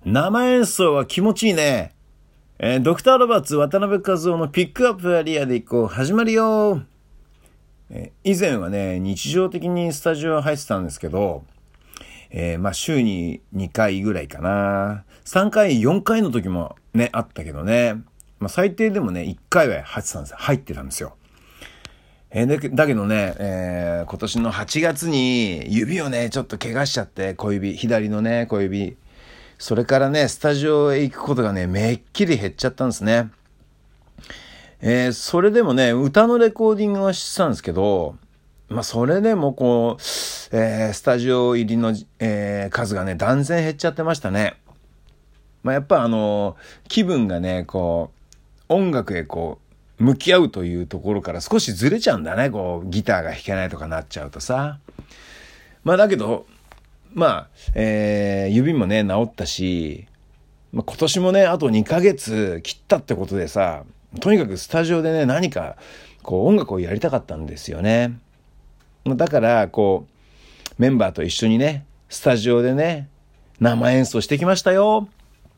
生演奏は気持ちいいね。ドクターロバーツ渡辺和夫のピックアップアリアで行こう始まるよ。以前はね、日常的にスタジオ入ってたんですけど、週に2回ぐらいかな。3回、4回の時もね、あったけどね。最低でもね、1回は入ってたんですよ。だけどね、今年の8月に指をね、ちょっと怪我しちゃって、左のね、小指。それからね、スタジオへ行くことがね、めっきり減っちゃったんですね。それでもね、歌のレコーディングはしてたんですけど、それでもスタジオ入りの、数がね、断然減っちゃってましたね。やっぱ気分がね、音楽へ向き合うというところから少しずれちゃうんだね。ギターが弾けないとかなっちゃうとさ。だけど、指もね、治ったし、今年もね、あと2ヶ月切ったってことでさ、とにかくスタジオでね、何か、音楽をやりたかったんですよね。だから、メンバーと一緒にね、スタジオでね、生演奏してきましたよ。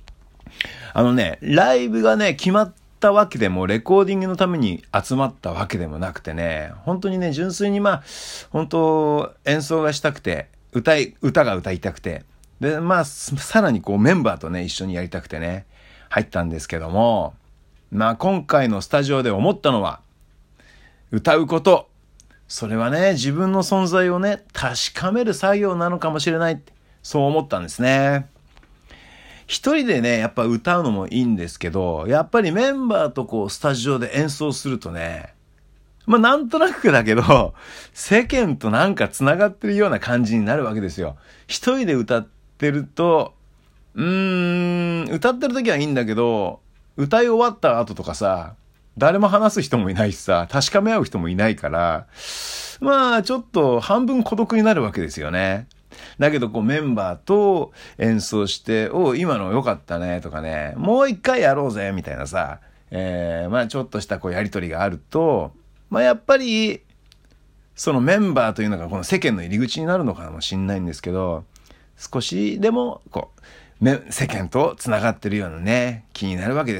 ライブがね、決まったわけでも、レコーディングのために集まったわけでもなくてね、本当にね、純粋に本当、演奏がしたくて、歌が歌いたくて、で、さらにメンバーとね、一緒にやりたくてね、入ったんですけども、今回のスタジオで思ったのは、歌うこと、それはね、自分の存在をね、確かめる作業なのかもしれないって、そう思ったんですね。一人でね、やっぱ歌うのもいいんですけど、やっぱりメンバーとスタジオで演奏するとね、なんとなくだけど、世間となんか繋がってるような感じになるわけですよ。一人で歌ってると、歌ってる時はいいんだけど、歌い終わった後とかさ、誰も話す人もいないしさ、確かめ合う人もいないから、ちょっと半分孤独になるわけですよね。だけどメンバーと演奏して、今の良かったねとかね、もう一回やろうぜみたいなさ、ちょっとしたやりとりがあると、やっぱり、そのメンバーというのがこの世間の入り口になるのかもしれないんですけど、少しでも世間とつながってるようなね、気になるわけです。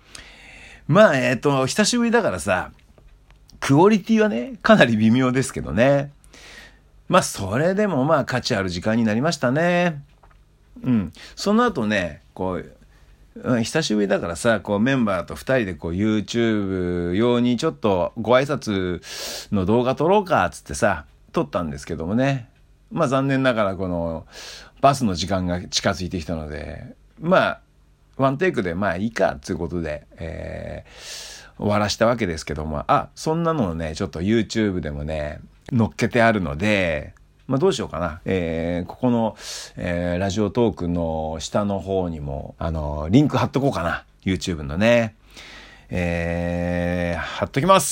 久しぶりだからさ、クオリティはね、かなり微妙ですけどね。それでも価値ある時間になりましたね。その後ね、久しぶりだからさ、メンバーと二人でYouTube 用にちょっとご挨拶の動画撮ろうかっつってさ、撮ったんですけどもね。残念ながらバスの時間が近づいてきたので、ワンテイクでいいかっていうことで、終わらしたわけですけども、そんなのをね、ちょっと YouTube でもね、載っけてあるので、どうしようかな。ここの、ラジオトークの下の方にも、リンク貼っとこうかな。YouTube のね。貼っときます。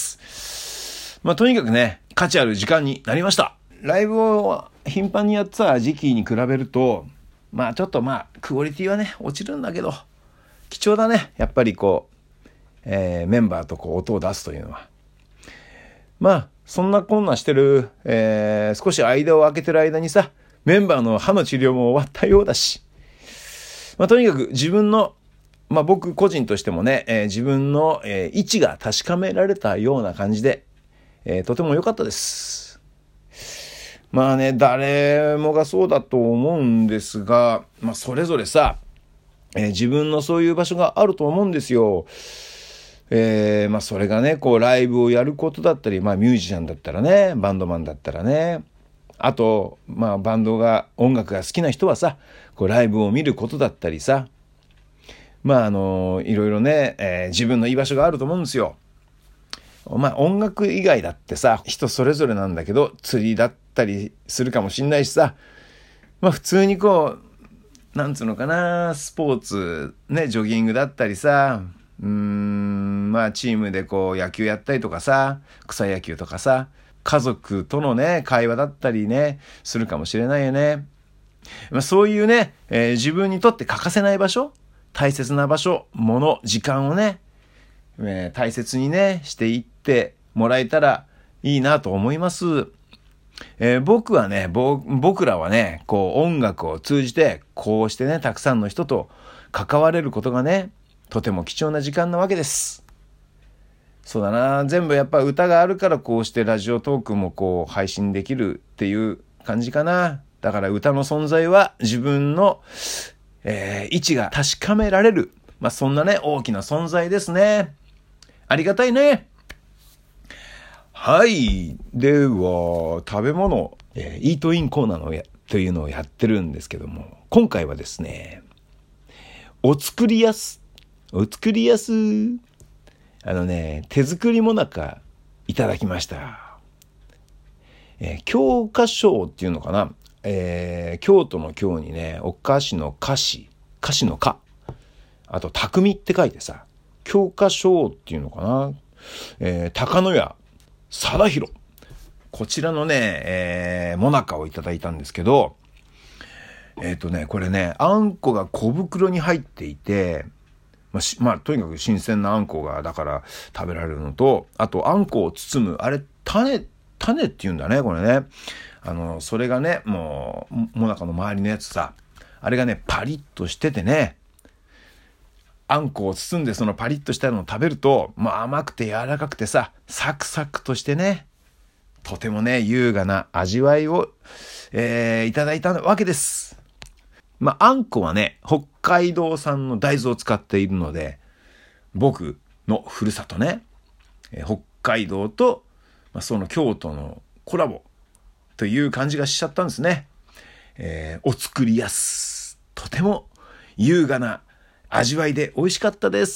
とにかくね、価値ある時間になりました。ライブを頻繁にやってた時期に比べると、ちょっとクオリティはね、落ちるんだけど、貴重だね。やっぱりメンバーと音を出すというのは。そんなこんなしてる、少し間を空けてる間にさ、メンバーの歯の治療も終わったようだし、とにかく自分の、僕個人としてもね、自分の、位置が確かめられたような感じで、とても良かったです。誰もがそうだと思うんですが、それぞれさ、自分のそういう場所があると思うんですよ。それがね、ライブをやることだったり、ミュージシャンだったらね、バンドマンだったらね、あと、音楽が好きな人はさ、ライブを見ることだったりさ、いろいろね、自分の居場所があると思うんですよ。音楽以外だってさ、人それぞれなんだけど、釣りだったりするかもしんないしさ、普通になんつうのかな、スポーツ、ね、ジョギングだったりさ、チームで野球やったりとかさ、草野球とかさ、家族とのね、会話だったりね、するかもしれないよね。そういうね、自分にとって欠かせない場所、大切な場所、物、時間をね、大切にね、していってもらえたらいいなと思います。 僕はね、僕らはね、こう音楽を通じて、こうしてね、たくさんの人と関われることがね、とても貴重な時間なわけです。そうだな、全部やっぱ歌があるからこうしてラジオトークもこう配信できるっていう感じかな。だから歌の存在は自分の、位置が確かめられる。そんなね、大きな存在ですね。ありがたいね。はい。では、食べ物、イートインコーナーというのをやってるんですけども、今回はですね、お作りやす。手作りもなかいただきました。京菓賞っていうのかな。京都の京にね、お菓子の菓子の菓。あと、匠って書いてさ、京菓賞っていうのかな。高野屋貞弘。こちらのね、もなかをいただいたんですけど、これね、あんこが小袋に入っていて、とにかく新鮮なあんこが、だから食べられるのと、あとあんこを包む、あれ、種って言うんだね、これね。それがね、もなかの周りのやつさ、あれがね、パリッとしててね、あんこを包んでそのパリッとしたのを食べると、甘くて柔らかくてさ、サクサクとしてね、とてもね、優雅な味わいを、いただいたわけです。あんこはね、北海道産の大豆を使っているので、僕のふるさとね、北海道と、その京都のコラボという感じがしちゃったんですね。お作りやす。とても優雅な味わいで美味しかったです。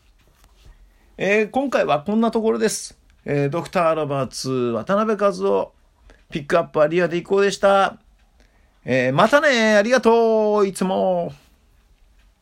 今回はこんなところです。ドクターロバーツ渡辺和夫、ピックアップはリアでいこうでした。またね、ありがとう、いつも。